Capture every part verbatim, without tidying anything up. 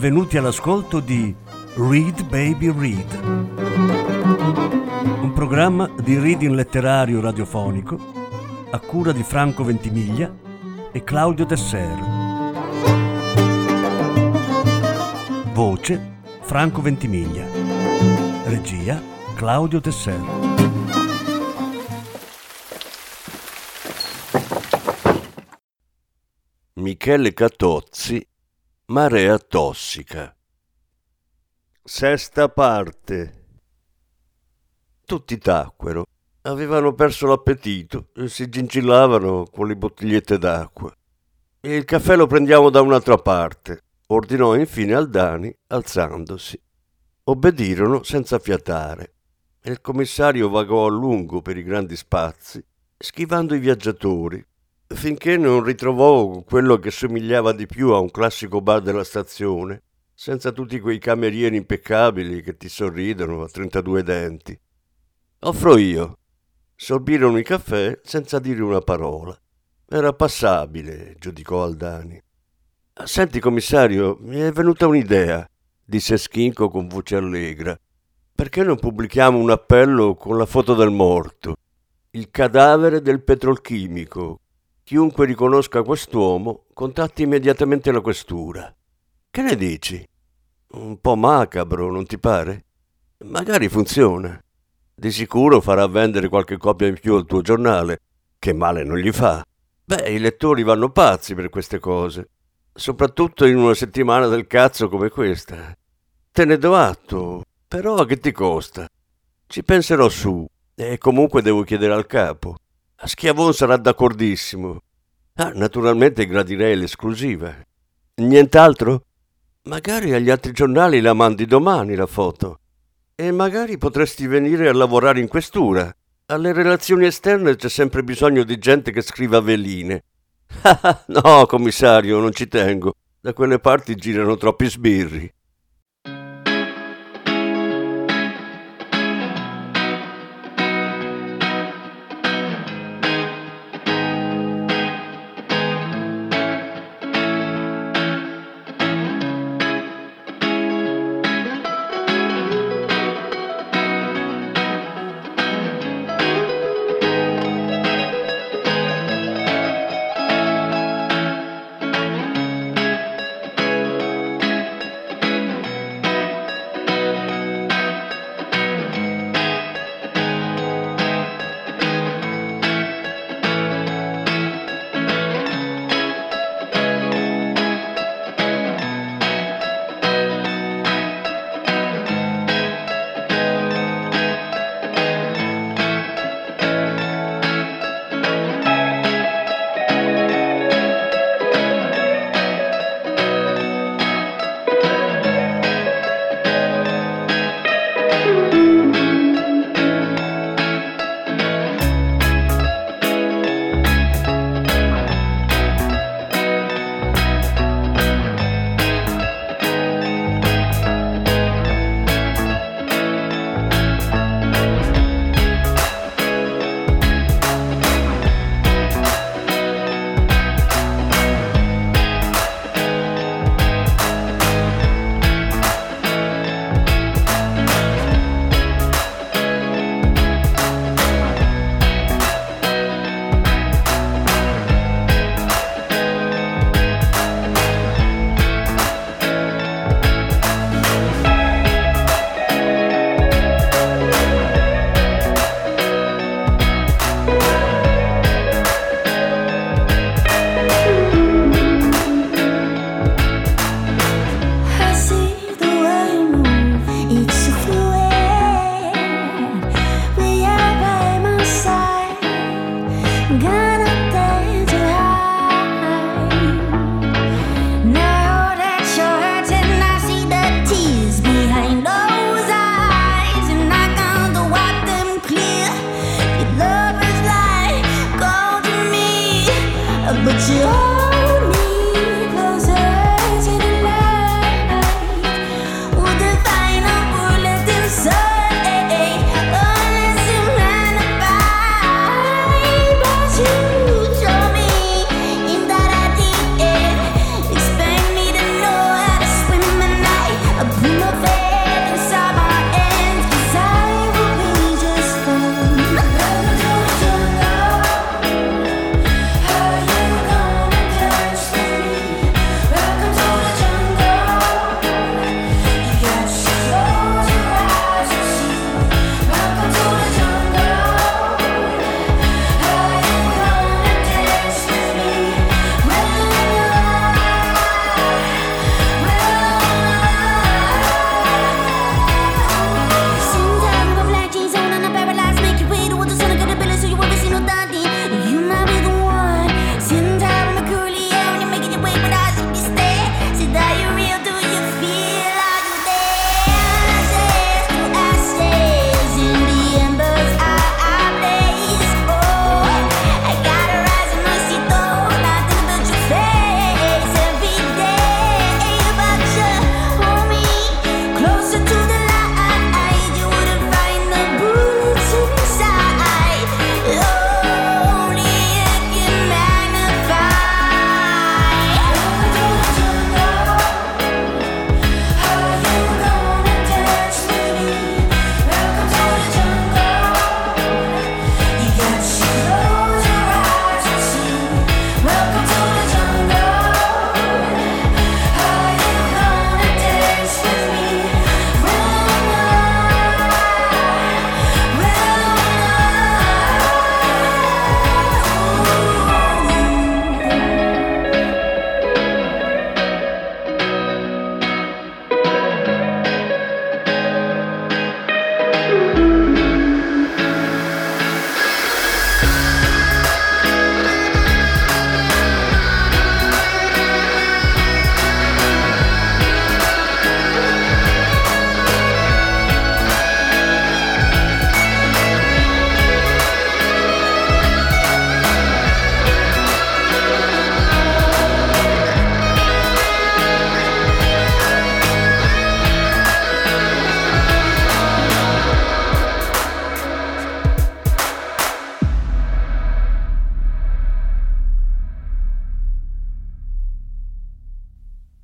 benvenuti all'ascolto di Read Baby Read, un programma di reading letterario radiofonico a cura di Franco Ventimiglia e Claudio Desser. Voce Franco Ventimiglia. Regia Claudio Desser. Michele Catozzi, Marea tossica. Sesta parte. Tutti tacquero, avevano perso l'appetito e si gingillavano con le bottigliette d'acqua. E il caffè lo prendiamo da un'altra parte, ordinò infine Aldani, alzandosi. Obbedirono senza fiatare e il commissario vagò a lungo per i grandi spazi, schivando i viaggiatori, finché non ritrovò quello che somigliava di più a un classico bar della stazione, senza tutti quei camerieri impeccabili che ti sorridono a trentadue denti. Offro io. Sorbirono il caffè senza dire una parola. Era passabile, giudicò Aldani. Senti, commissario, mi è venuta un'idea, disse Schinco con voce allegra. Perché non pubblichiamo un appello con la foto del morto? Il cadavere del petrolchimico. Chiunque riconosca quest'uomo, contatti immediatamente la questura. Che ne dici? Un po' macabro, non ti pare? Magari funziona. Di sicuro farà vendere qualche copia in più al tuo giornale, che male non gli fa. Beh, i lettori vanno pazzi per queste cose, soprattutto in una settimana del cazzo come questa. Te ne do atto, però a che ti costa? Ci penserò su, e comunque devo chiedere al capo. Schiavon sarà d'accordissimo. Ah, naturalmente gradirei l'esclusiva. Nient'altro? Magari agli altri giornali la mandi domani la foto. E magari potresti venire a lavorare in questura. Alle relazioni esterne c'è sempre bisogno di gente che scriva veline. No, commissario, non ci tengo. Da quelle parti girano troppi sbirri.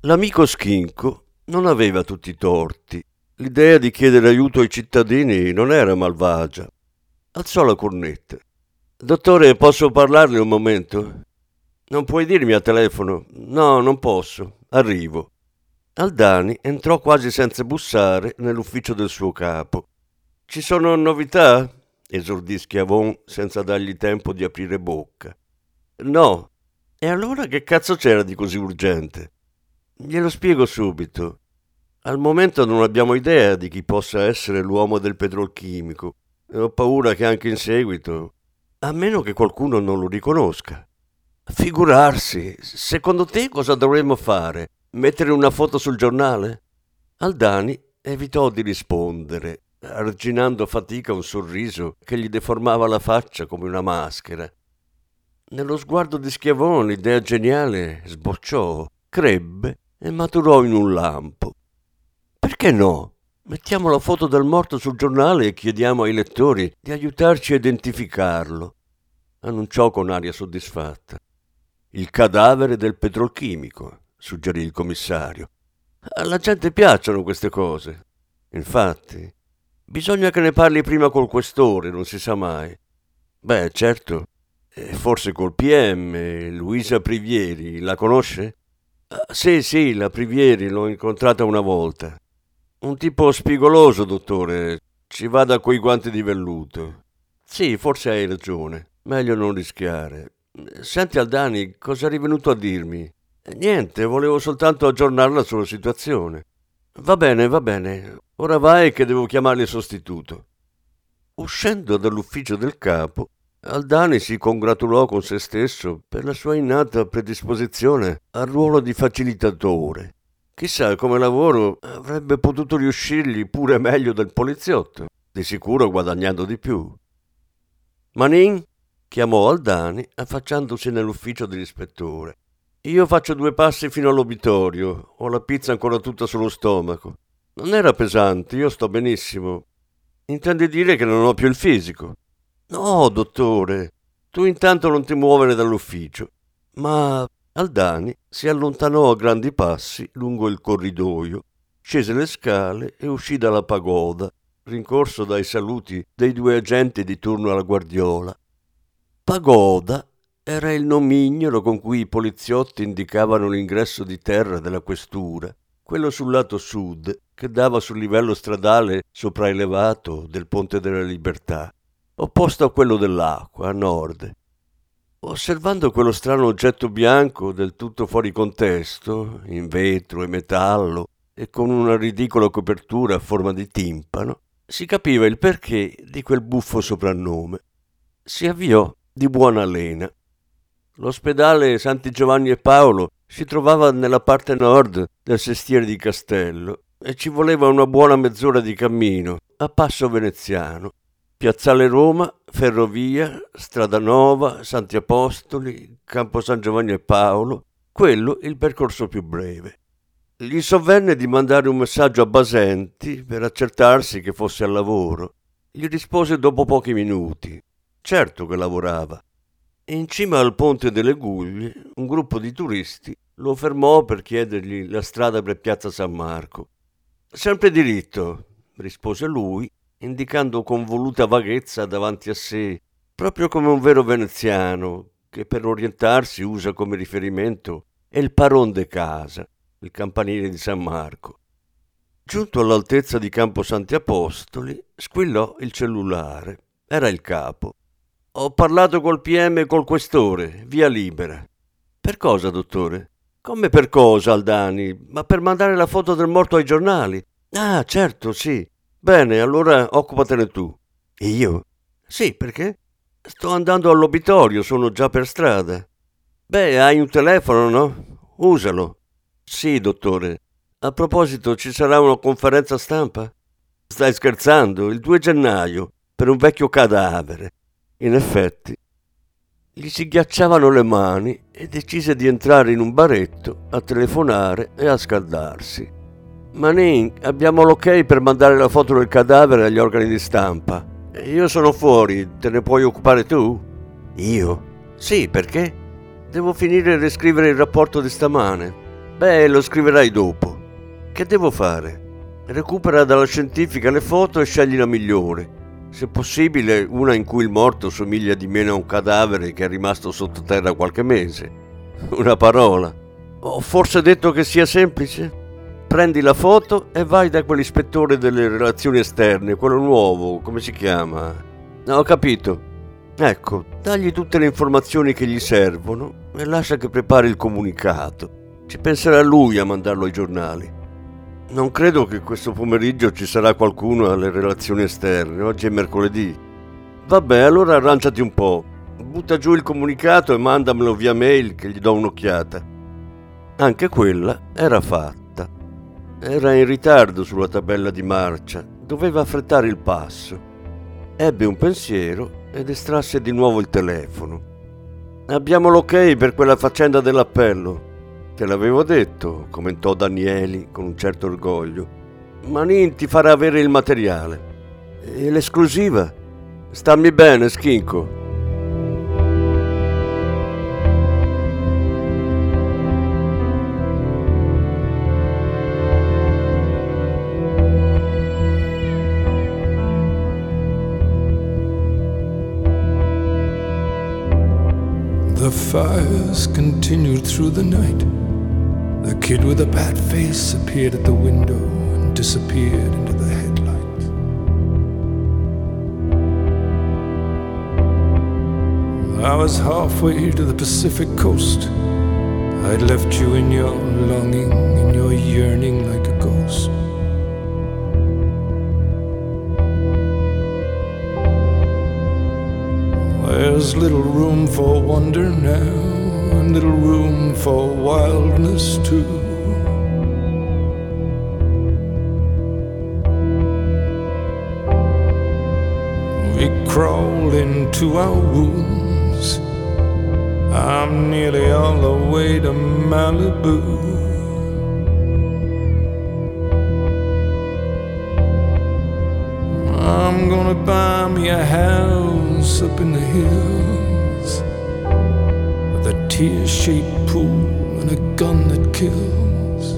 L'amico Schinco non aveva tutti i torti. L'idea di chiedere aiuto ai cittadini non era malvagia. Alzò la cornetta. Dottore, posso parlarle un momento? Non puoi dirmi a telefono? No, non posso. Arrivo. Aldani entrò quasi senza bussare nell'ufficio del suo capo. Ci sono novità? Esordì Schiavon senza dargli tempo di aprire bocca. No. E allora che cazzo c'era di così urgente? Glielo spiego subito. Al momento non abbiamo idea di chi possa essere l'uomo del petrolchimico e ho paura che anche in seguito, a meno che qualcuno non lo riconosca. Figurarsi, secondo te cosa dovremmo fare? Mettere una foto sul giornale? Aldani evitò di rispondere, arginando a fatica un sorriso che gli deformava la faccia come una maschera. Nello sguardo di Schiavone l'idea geniale sbocciò, crebbe e maturò in un lampo. Perché no? Mettiamo la foto del morto sul giornale e chiediamo ai lettori di aiutarci a identificarlo, annunciò con aria soddisfatta. Il cadavere del petrolchimico, suggerì il commissario. Alla gente piacciono queste cose. Infatti, bisogna che ne parli prima col questore, non si sa mai. Beh, certo, e forse col P M, Luisa Privieri, la conosce? Ah, sì, sì, la Privieri, l'ho incontrata una volta. Un tipo spigoloso, dottore, ci vada coi guanti di velluto. Sì, forse hai ragione, meglio non rischiare. Senti Aldani, cosa eri venuto a dirmi? Niente, volevo soltanto aggiornarla sulla situazione. Va bene, va bene, ora vai che devo chiamare il sostituto. Uscendo dall'ufficio del capo, Aldani si congratulò con se stesso per la sua innata predisposizione al ruolo di facilitatore. Chissà, come lavoro avrebbe potuto riuscirgli pure meglio del poliziotto, di sicuro guadagnando di più. Manin? Chiamò Aldani affacciandosi nell'ufficio dell'ispettore. Io faccio due passi fino all'obitorio, ho la pizza ancora tutta sullo stomaco. Non era pesante, io sto benissimo. Intendi dire che non ho più il fisico? No, dottore, tu intanto non ti muovere dall'ufficio. Ma Aldani si allontanò a grandi passi lungo il corridoio, scese le scale e uscì dalla pagoda, rincorso dai saluti dei due agenti di turno alla guardiola. Pagoda era il nomignolo con cui i poliziotti indicavano l'ingresso di terra della questura, quello sul lato sud che dava sul livello stradale sopraelevato del Ponte della Libertà, opposto a quello dell'acqua, a nord. Osservando quello strano oggetto bianco del tutto fuori contesto, in vetro e metallo e con una ridicola copertura a forma di timpano, si capiva il perché di quel buffo soprannome. Si avviò di buona lena. L'ospedale Santi Giovanni e Paolo si trovava nella parte nord del sestiere di Castello e ci voleva una buona mezz'ora di cammino a passo veneziano. Piazzale Roma, Ferrovia, Strada Nova, Santi Apostoli, Campo San Giovanni e Paolo, quello il percorso più breve. Gli sovvenne di mandare un messaggio a Basenti per accertarsi che fosse al lavoro. Gli rispose dopo pochi minuti. Certo che lavorava. In cima al Ponte delle Guglie, un gruppo di turisti lo fermò per chiedergli la strada per Piazza San Marco. Sempre diritto, rispose lui, indicando con voluta vaghezza davanti a sé, proprio come un vero veneziano, che per orientarsi usa come riferimento il Paron de Casa, il campanile di San Marco. Giunto all'altezza di Campo Santi Apostoli, squillò il cellulare. Era il capo. Ho parlato col P M e col questore, via libera. Per cosa, dottore? Come per cosa, Aldani? Ma per mandare la foto del morto ai giornali? Ah, certo, sì. Bene, allora occupatene tu. Io? Sì, perché? Sto andando all'obitorio, sono già per strada. Beh, hai un telefono, no? Usalo. Sì, dottore. A proposito, ci sarà una conferenza stampa? Stai scherzando? Il due gennaio, per un vecchio cadavere. In effetti, gli si ghiacciavano le mani e decise di entrare in un baretto a telefonare e a scaldarsi. Manin, abbiamo l'ok per mandare la foto del cadavere agli organi di stampa. Io sono fuori, te ne puoi occupare tu? Io? Sì, perché? Devo finire di scrivere il rapporto di stamane. Beh, lo scriverai dopo. Che devo fare? Recupera dalla scientifica le foto e scegli la migliore. Se possibile, una in cui il morto somiglia di meno a un cadavere che è rimasto sottoterra qualche mese. Una parola. Ho forse detto che sia semplice? Prendi la foto e vai da quell'ispettore delle relazioni esterne, quello nuovo, come si chiama? No, ho capito. Ecco, dagli tutte le informazioni che gli servono e lascia che prepari il comunicato. Ci penserà lui a mandarlo ai giornali. Non credo che questo pomeriggio ci sarà qualcuno alle relazioni esterne, oggi è mercoledì. Vabbè, allora arrangiati un po'. Butta giù il comunicato e mandamelo via mail che gli do un'occhiata. Anche quella era fatta. Era in ritardo sulla tabella di marcia, doveva affrettare il passo. Ebbe un pensiero ed estrasse di nuovo il telefono. Abbiamo l'ok per quella faccenda dell'appello. Te l'avevo detto, commentò Danieli con un certo orgoglio. Manin ti farà avere il materiale. E l'esclusiva? Stammi bene, Schinco. The fires continued through the night. The kid with a bad face appeared at the window and disappeared into the headlights. I was halfway to the Pacific coast. I'd left you in your longing, in your yearning like a ghost. There's little room for wonder now, and little room for wildness too. We crawl into our wounds. I'm nearly all the way to Malibu. I'm gonna buy me a house up in the hills with a tear-shaped pool and a gun that kills.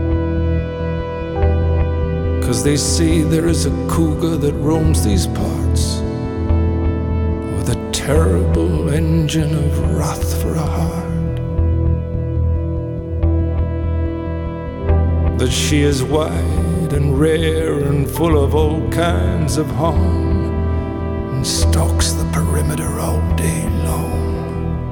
'Cause they say there is a cougar that roams these parts with a terrible engine of wrath for a heart. That she is wide and rare and full of all kinds of harm, and stalks the perimeter all day long.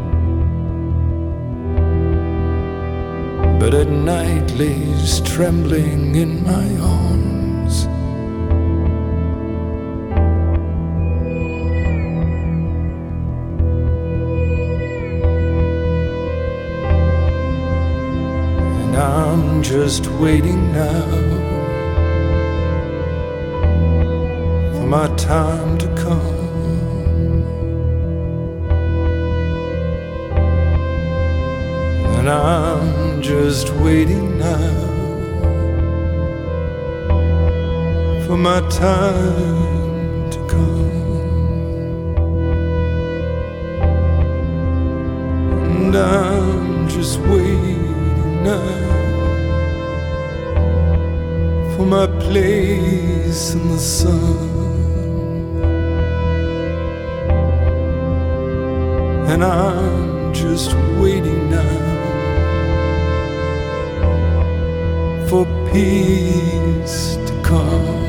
But at night lays trembling in my arms. And I'm just waiting now my time to come, and I'm just waiting now for my time to come, and I'm just waiting now for my place in the sun. And I'm just waiting now for peace to come.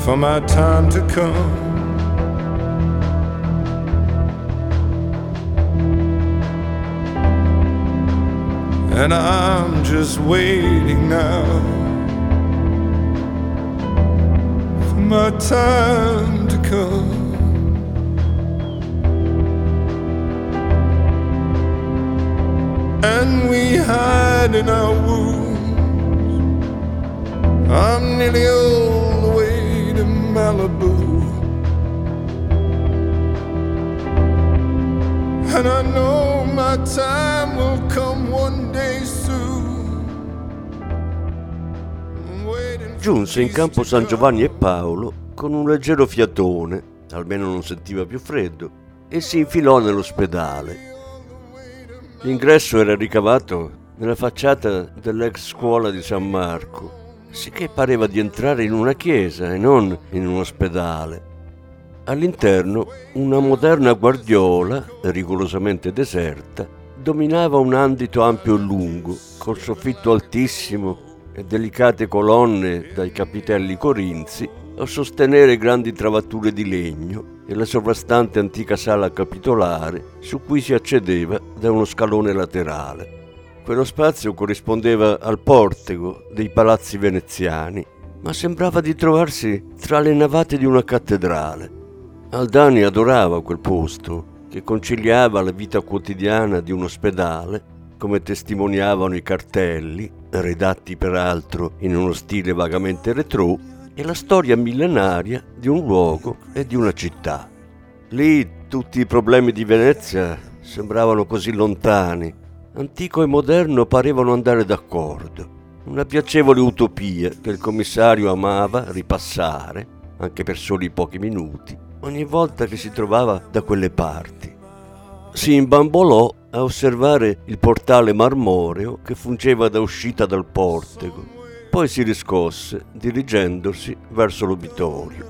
for my time to come. And I'm just waiting now for my time to come. And we hide in our wounds. I'm nearly all the way to Malibu, and I know my time will come one day soon. Giunse in campo San Giovanni e Paolo con un leggero fiatone, almeno non sentiva più freddo, e si infilò nell'ospedale. L'ingresso era ricavato nella facciata dell'ex scuola di San Marco, sicché pareva di entrare in una chiesa e non in un ospedale. All'interno una moderna guardiola, rigorosamente deserta, dominava un andito ampio e lungo, col soffitto altissimo e delicate colonne dai capitelli corinzi a sostenere grandi travature di legno e la sovrastante antica sala capitolare su cui si accedeva da uno scalone laterale. Quello spazio corrispondeva al portico dei palazzi veneziani, ma sembrava di trovarsi tra le navate di una cattedrale. Aldani adorava quel posto, che conciliava la vita quotidiana di un ospedale, come testimoniavano i cartelli, redatti peraltro in uno stile vagamente retrò, e la storia millenaria di un luogo e di una città. Lì tutti i problemi di Venezia sembravano così lontani, antico e moderno parevano andare d'accordo, una piacevole utopia che il commissario amava ripassare, anche per soli pochi minuti, ogni volta che si trovava da quelle parti. Si imbambolò a osservare il portale marmoreo che fungeva da uscita dal portico. Poi si riscosse, dirigendosi verso l'obitorio.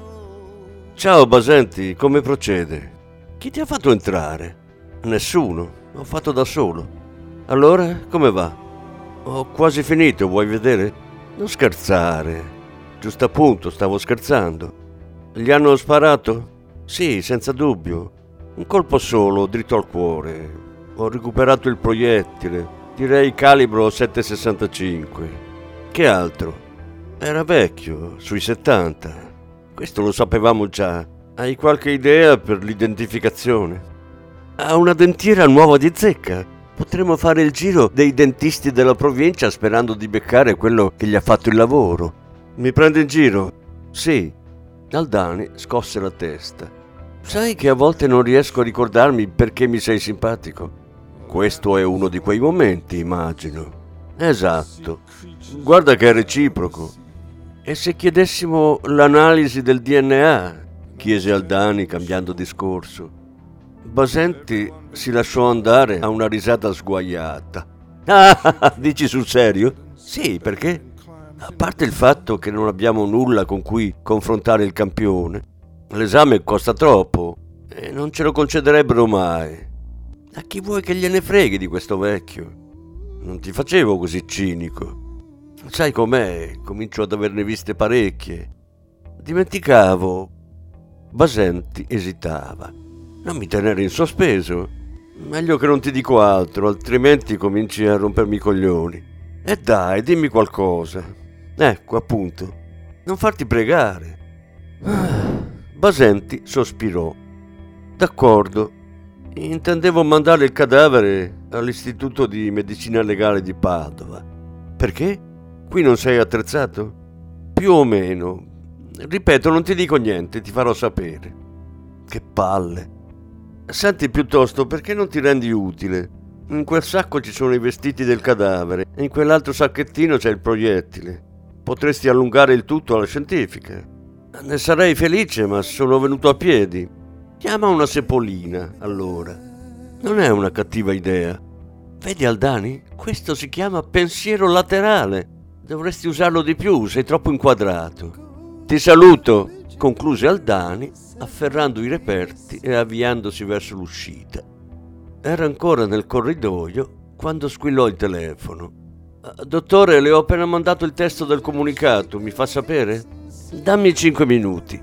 «Ciao Basenti, come procede? Chi ti ha fatto entrare?» «Nessuno, l'ho fatto da solo». «Allora, come va?» «Ho quasi finito, vuoi vedere?» «Non scherzare». «Giusto appunto, stavo scherzando». «Gli hanno sparato?» «Sì, senza dubbio. Un colpo solo, dritto al cuore. Ho recuperato il proiettile, direi calibro sette sessantacinque. Che altro? Era vecchio, sui settanta. Questo lo sapevamo già. Hai qualche idea per l'identificazione?» «Ha una dentiera nuova di zecca. Potremmo fare il giro dei dentisti della provincia sperando di beccare quello che gli ha fatto il lavoro». «Mi prende in giro?» «Sì». Aldani scosse la testa. «Sai che a volte non riesco a ricordarmi perché mi sei simpatico?» «Questo è uno di quei momenti, immagino». «Esatto. Guarda che è reciproco». «E se chiedessimo l'analisi del D N A?» chiese Aldani cambiando discorso. Basenti si lasciò andare a una risata sguaiata. «Ah, dici sul serio?» «Sì, perché? A parte il fatto che non abbiamo nulla con cui confrontare il campione, l'esame costa troppo e non ce lo concederebbero mai. A chi vuoi che gliene freghi di questo vecchio? Non ti facevo così cinico. Sai com'è, comincio ad averne viste parecchie. Dimenticavo». Basenti esitava. «Non mi tenere in sospeso. Meglio che non ti dico altro, altrimenti cominci a rompermi i coglioni. E dai, dimmi qualcosa. Ecco, appunto. Non farti pregare». Ah, Basenti sospirò. «D'accordo. Intendevo mandare il cadavere all'Istituto di Medicina Legale di Padova». «Perché? Qui non sei attrezzato?» «Più o meno. Ripeto, non ti dico niente, ti farò sapere». «Che palle. Senti piuttosto, perché non ti rendi utile? In quel sacco ci sono i vestiti del cadavere e in quell'altro sacchettino c'è il proiettile. Potresti allungare il tutto alla scientifica». «Ne sarei felice, ma sono venuto a piedi». «Chiama una sepolina, allora». «Non è una cattiva idea. Vedi Aldani? Questo si chiama pensiero laterale. Dovresti usarlo di più, sei troppo inquadrato». «Ti saluto», concluse Aldani, afferrando i reperti e avviandosi verso l'uscita. Era ancora nel corridoio quando squillò il telefono. «Dottore, le ho appena mandato il testo del comunicato, mi fa sapere?» Dammi cinque minuti.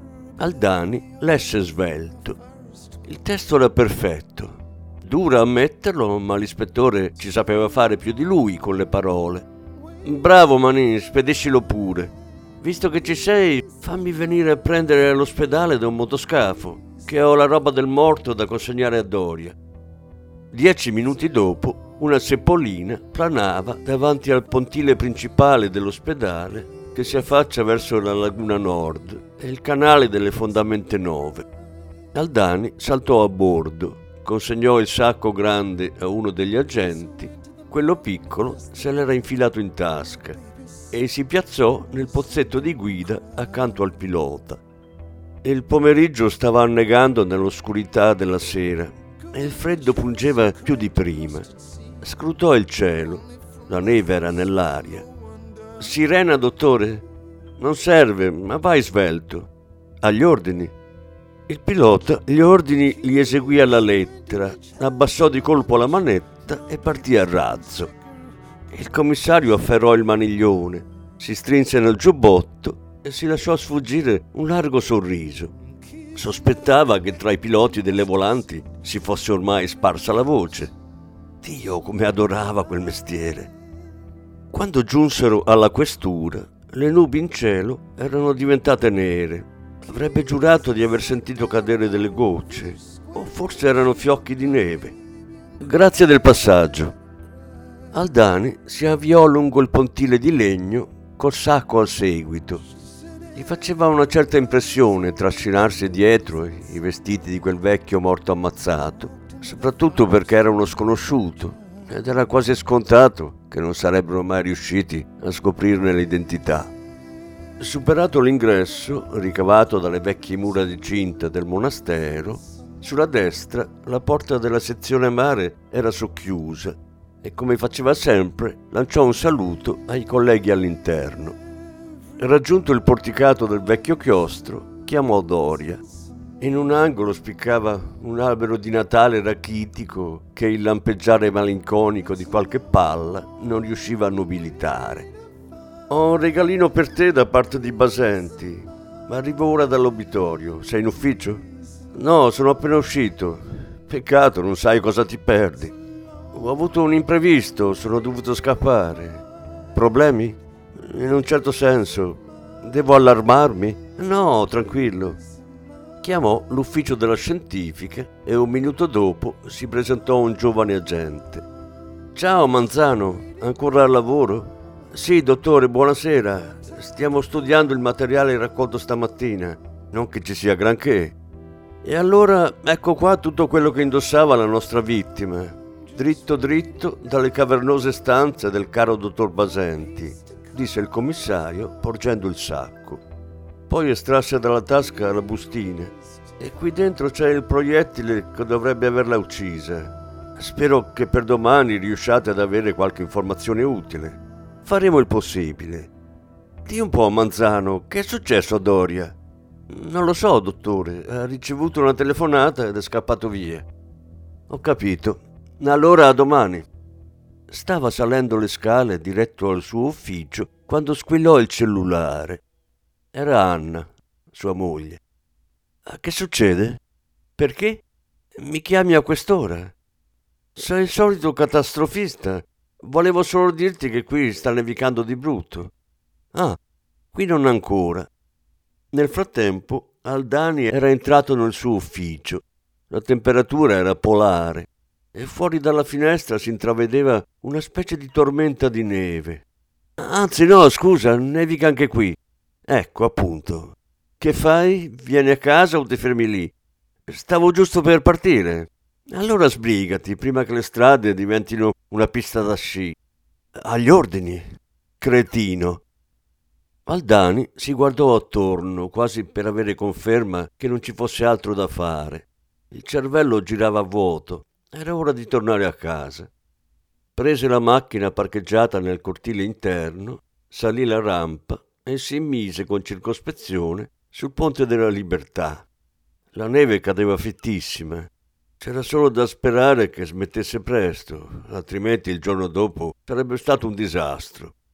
Aldani lesse svelto. Il testo era perfetto. Dura ammetterlo, ma l'ispettore ci sapeva fare più di lui con le parole. Bravo Manin, spediscilo pure. Visto che ci sei, fammi venire a prendere all'ospedale da un motoscafo, che ho la roba del morto da consegnare a Doria. Dieci minuti dopo, una sepolina planava davanti al pontile principale dell'ospedale che si affaccia verso la laguna nord e il canale delle Fondamente Nove. Aldani saltò a bordo, consegnò il sacco grande a uno degli agenti, quello piccolo se l'era infilato in tasca e si piazzò nel pozzetto di guida accanto al pilota. Il pomeriggio stava annegando nell'oscurità della sera e il freddo pungeva più di prima. Scrutò il cielo, la neve era nell'aria. Sirena, dottore? Non serve, ma vai svelto. Agli ordini. Il pilota gli ordini li eseguì alla lettera, abbassò di colpo la manetta e partì a razzo. Il commissario afferrò il maniglione, si strinse nel giubbotto e si lasciò sfuggire un largo sorriso. Sospettava che tra i piloti delle volanti si fosse ormai sparsa la voce. Dio, come adorava quel mestiere! Quando giunsero alla questura, le nubi in cielo erano diventate nere. Avrebbe giurato di aver sentito cadere delle gocce, o forse erano fiocchi di neve. Grazie del passaggio. Aldani si avviò lungo il pontile di legno col sacco al seguito. Gli faceva una certa impressione trascinarsi dietro i vestiti di quel vecchio morto ammazzato, soprattutto perché era uno sconosciuto ed era quasi scontato che non sarebbero mai riusciti a scoprirne l'identità. Superato l'ingresso, ricavato dalle vecchie mura di cinta del monastero, sulla destra la porta della sezione mare era socchiusa e, come faceva sempre, lanciò un saluto ai colleghi all'interno. Raggiunto il porticato del vecchio chiostro, chiamò Doria. In un angolo spiccava un albero di Natale rachitico che il lampeggiare malinconico di qualche palla non riusciva a nobilitare. Ho un regalino per te da parte di Basenti, ma arrivo ora dall'obitorio. Sei in ufficio? No, sono appena uscito. Peccato, non sai cosa ti perdi. Ho avuto un imprevisto, sono dovuto scappare. Problemi? In un certo senso. Devo allarmarmi? No, tranquillo. Chiamò l'ufficio della scientifica e un minuto dopo si presentò un giovane agente. Ciao Manzano, ancora al lavoro? Sì, dottore, buonasera. Stiamo studiando il materiale raccolto stamattina. Non che ci sia granché. E allora ecco qua tutto quello che indossava la nostra vittima. Dritto dritto dalle cavernose stanze del caro dottor Basenti, disse il commissario porgendo il sacco. Poi estrasse dalla tasca la bustina. E qui dentro c'è il proiettile che dovrebbe averla uccisa. Spero che per domani riusciate ad avere qualche informazione utile. Faremo il possibile. Dì un po', Manzano, che è successo a Doria? Non lo so, dottore. Ha ricevuto una telefonata ed è scappato via. Ho capito. Allora a domani. Stava salendo le scale diretto al suo ufficio quando squillò il cellulare. Era Anna, sua moglie. Che succede? Perché? Mi chiami a quest'ora? Sei il solito catastrofista. Volevo solo dirti che qui sta nevicando di brutto. Ah, qui non ancora. Nel frattempo, Aldani era entrato nel suo ufficio. La temperatura era polare e fuori dalla finestra si intravedeva una specie di tormenta di neve. Anzi no, scusa, nevica anche qui. Ecco, appunto. Che fai? Vieni a casa o ti fermi lì? Stavo giusto per partire. Allora sbrigati prima che le strade diventino una pista da sci. Agli ordini, cretino. Aldani si guardò attorno, quasi per avere conferma che non ci fosse altro da fare. Il cervello girava a vuoto. Era ora di tornare a casa. Prese la macchina parcheggiata nel cortile interno, salì la rampa e si mise con circospezione sul ponte della Libertà. La neve cadeva fittissima. C'era solo da sperare che smettesse presto, altrimenti il giorno dopo sarebbe stato un disastro.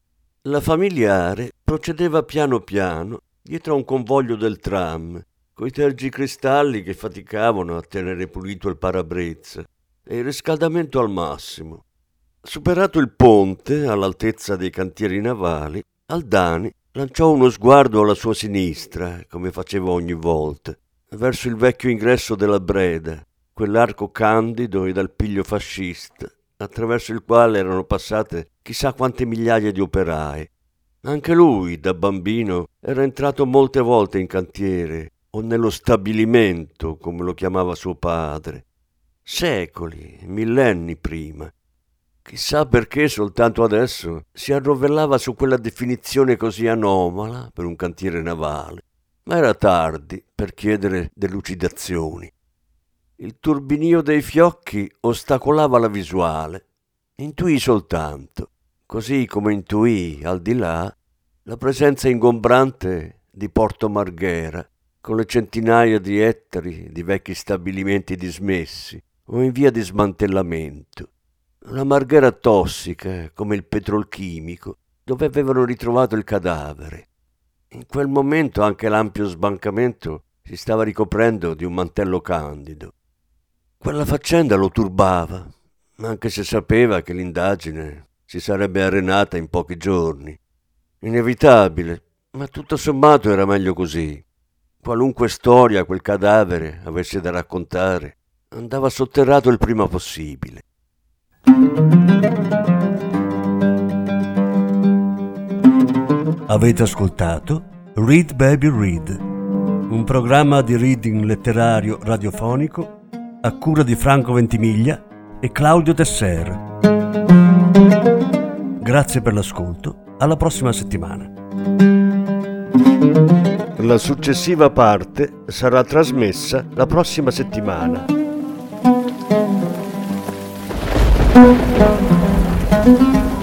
La familiare procedeva piano piano dietro a un convoglio del tram, coi tergicristalli che faticavano a tenere pulito il parabrezza e il riscaldamento al massimo. Superato il ponte, all'altezza dei cantieri navali, Aldani lanciò uno sguardo alla sua sinistra, come faceva ogni volta, verso il vecchio ingresso della Breda, quell'arco candido e dal piglio fascista, attraverso il quale erano passate chissà quante migliaia di operai. Anche lui, da bambino, era entrato molte volte in cantiere, o nello stabilimento, come lo chiamava suo padre. Secoli, millenni prima. Chissà perché soltanto adesso si arrovellava su quella definizione così anomala per un cantiere navale. Ma era tardi per chiedere delucidazioni. Il turbinio dei fiocchi ostacolava la visuale. Intuì soltanto, così come intuì, al di là, la presenza ingombrante di Porto Marghera, con le centinaia di ettari di vecchi stabilimenti dismessi o in via di smantellamento. La Marghera tossica, come il petrolchimico, dove avevano ritrovato il cadavere. In quel momento anche l'ampio sbancamento si stava ricoprendo di un mantello candido. Quella faccenda lo turbava, anche se sapeva che l'indagine si sarebbe arenata in pochi giorni. Inevitabile, ma tutto sommato era meglio così. Qualunque storia quel cadavere avesse da raccontare, andava sotterrato il prima possibile. Avete ascoltato Read Baby Read, un programma di reading letterario radiofonico a cura di Franco Ventimiglia e Claudio Tesser. Grazie per l'ascolto, alla prossima settimana. La successiva parte sarà trasmessa la prossima settimana. Thank you.